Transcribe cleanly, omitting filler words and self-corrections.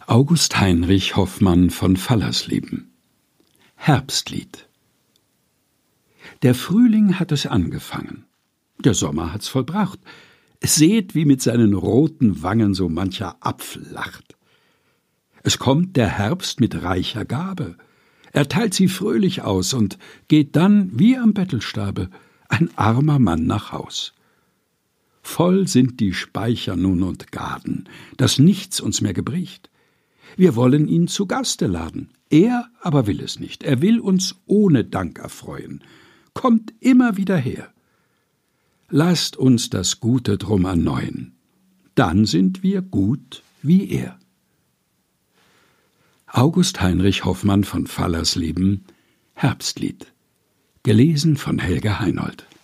August Heinrich Hoffmann von Fallersleben. Herbstlied. Der Frühling hat es angefangen, der Sommer hat's vollbracht. Seht, wie mit seinen roten Wangen so mancher Apfel lacht. Es kommt der Herbst mit reicher Gabe, er teilt sie fröhlich aus und geht dann, wie am Bettelstabe, ein armer Mann nach Haus. Voll sind die Speicher nun und Gaden, dass nichts uns mehr gebricht. Wir wollen ihn zu Gaste laden, er aber will es nicht, er will uns ohne Dank erfreuen, kommt immer wieder her. Lasst uns das Gute drum erneuern, dann sind wir gut wie er. August Heinrich Hoffmann von Fallersleben, Herbstlied, gelesen von Helga Heinold.